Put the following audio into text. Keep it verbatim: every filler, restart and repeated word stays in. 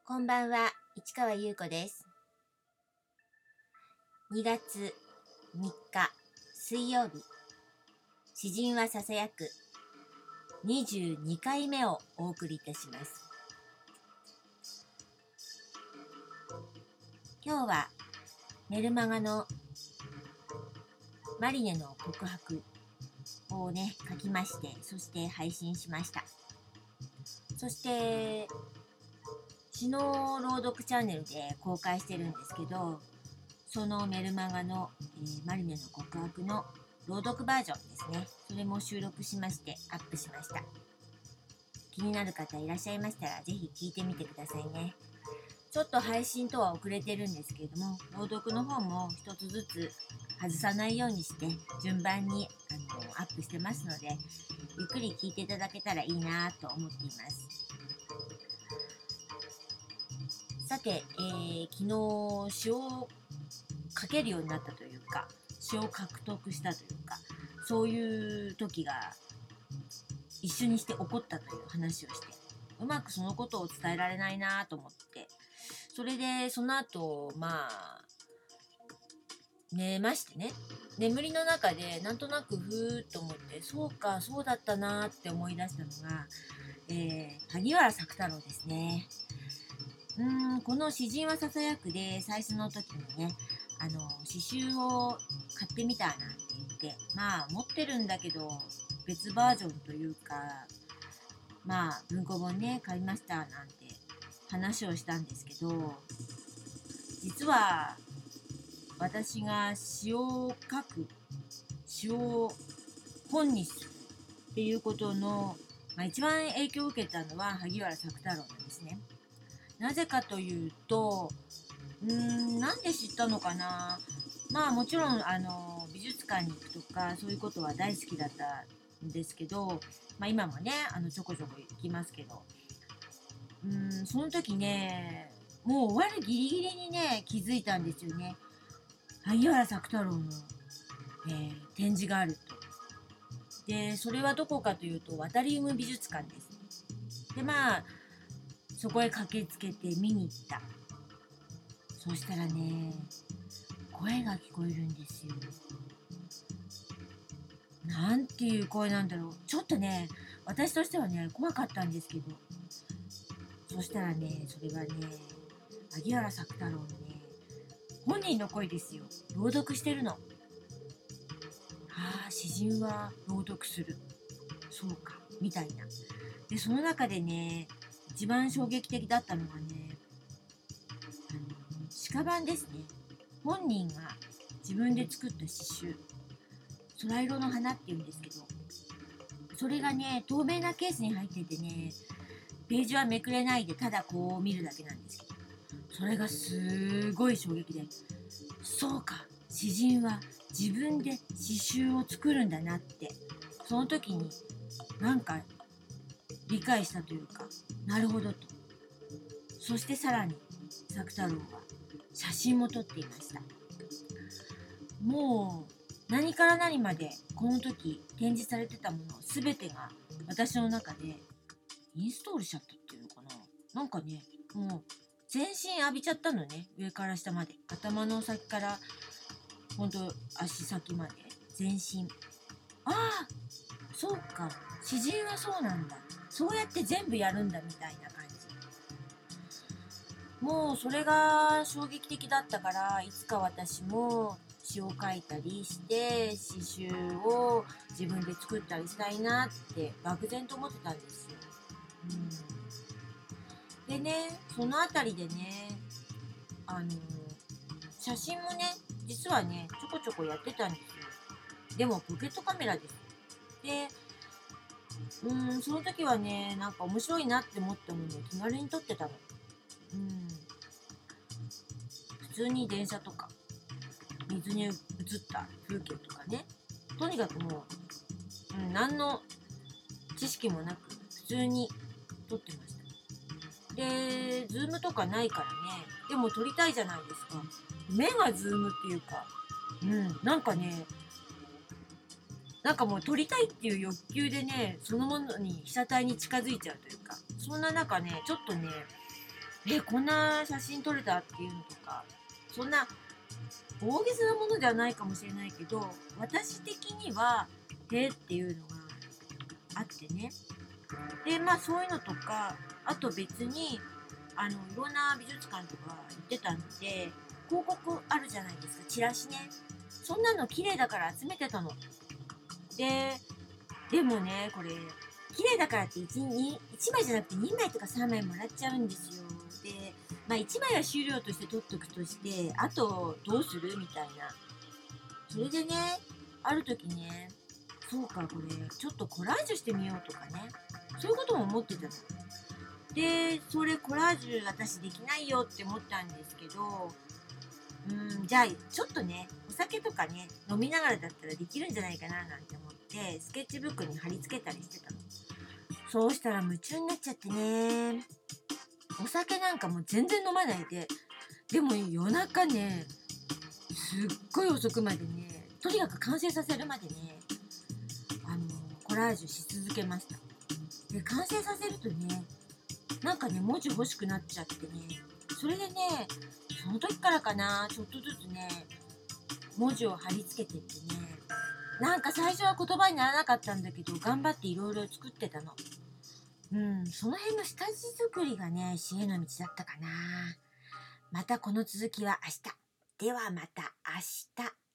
こんばんは、市川優子です。にがつみっか水曜日、詩人はささやくにじゅうにかいめをお送りいたします。今日はメルマガのマリネの告白をね書きまして、そして配信しました。そして詩の朗読チャンネルで公開してるんですけど、そのメルマガの、えー、マリネの告白の朗読バージョンですね、それも収録しましてアップしました。気になる方いらっしゃいましたらぜひ聞いてみてくださいね。ちょっと配信とは遅れてるんですけれども、朗読の方も一つずつ外さないようにして順番にあのアップしてますので、ゆっくり聞いていただけたらいいなと思っています。さて、えー、昨日詩を書けるようになったというか、詩を獲得したというか、そういう時が一緒にして起こったという話をして、うまくそのことを伝えられないなと思って、それでその後まあ寝ましてね、眠りの中でなんとなくふーっと思って、そうかそうだったなって思い出したのが、えー、萩原作太郎ですね。うーんこの詩人はささやくで最初の時にね、あの詩集を買ってみたなんて言って、まあ持ってるんだけど別バージョンというか、まあ文庫本ね買いましたなんて話をしたんですけど、実は私が詩を書く、詩を本にするっていうことの、まあ、一番影響を受けたのは萩原作太郎なんですね。なぜかというと、うーんなんで知ったのかな。まあもちろんあの美術館に行くとかそういうことは大好きだったんですけど、まあ、今もねあのちょこちょこ行きますけど、うーんその時ね、もう終わるギリギリにね気づいたんですよね。萩原作太郎の、えー展示があると。でそれはどこかというとワタリウム美術館です。でまあそこへ駆けつけて見に行った。そしたらね、声が聞こえるんですよ。なんていう声なんだろう。ちょっとね、私としてはね、怖かったんですけど。そしたらね、それがね、萩原作太郎のね、本人の声ですよ。朗読してるの。ああ、詩人は朗読する。そうか、みたいな。で、その中でね、一番衝撃的だったのがね、あの、鹿版ですね。本人が自分で作った詩集。空色の花っていうんですけど、それがね透明なケースに入っててね、ページはめくれないでただこう見るだけなんですけど、それがすごい衝撃で、そうか詩人は自分で詩集を作るんだなって、その時になんか理解したというか、なるほどと。そしてさらに作太郎は写真も撮っていました。もう何から何までこの時展示されてたもの全てが私の中でインストールしちゃったっていうのかな。なんかね、もう全身浴びちゃったのね、上から下まで、頭の先からほんと足先まで全身。ああ、そうか、詩人はそうなんだ、そうやって全部やるんだみたいな感じ。もうそれが衝撃的だったから、いつか私も詩を書いたりして詩集を自分で作ったりしたいなって漠然と思ってたんですよ。うん、でね、そのあたりでね、あの写真もね実はねちょこちょこやってたんですよ。でもポケットカメラです。でうーんその時はね、なんか面白いなって思ったものを気軽に撮ってたの。うん普通に電車とか水に映った風景とかね、とにかくもう、うん、何の知識もなく普通に撮ってました。でズームとかないからね、でも撮りたいじゃないですか。目がズームっていうか、うんなんかね、なんかもう撮りたいっていう欲求でね、そのものに被写体に近づいちゃうというか、そんな中ねちょっとね、 えこんな写真撮れたっていうのとか、そんな大げさなものではないかもしれないけど、私的にはへっていうのがあってね。でまあそういうのとか、あと別にあのいろんな美術館とか行ってたんで、広告あるじゃないですか、チラシね。そんなの綺麗だから集めてたの。ででもね、これ綺麗だからって 1, 2 いちまいじゃなくてにまいとかさんまいもらっちゃうんですよ。でまあいちまいは終了として取っとくとして、あとどうするみたいな。それでね、ある時ね、そうかこれちょっとコラージュしてみようとかね、そういうことも思ってたの。でそれコラージュ私できないよって思ったんですけど、うん、じゃあちょっとね、お酒とかね飲みながらだったらできるんじゃないかななんて思ってスケッチブックに貼り付けたりしてたの。そうしたら夢中になっちゃってね、お酒なんかもう全然飲まないで、でも夜中ねすっごい遅くまでね、とにかく完成させるまでね、あのコラージュし続けました。で完成させるとね、なんかね文字欲しくなっちゃってね、それでね、その時からかな、ちょっとずつね文字を貼り付けてってね、なんか最初は言葉にならなかったんだけど頑張っていろいろ作ってたの。うん、その辺の下地作りがね知恵の道だったかな。またこの続きは明日。ではまた明日。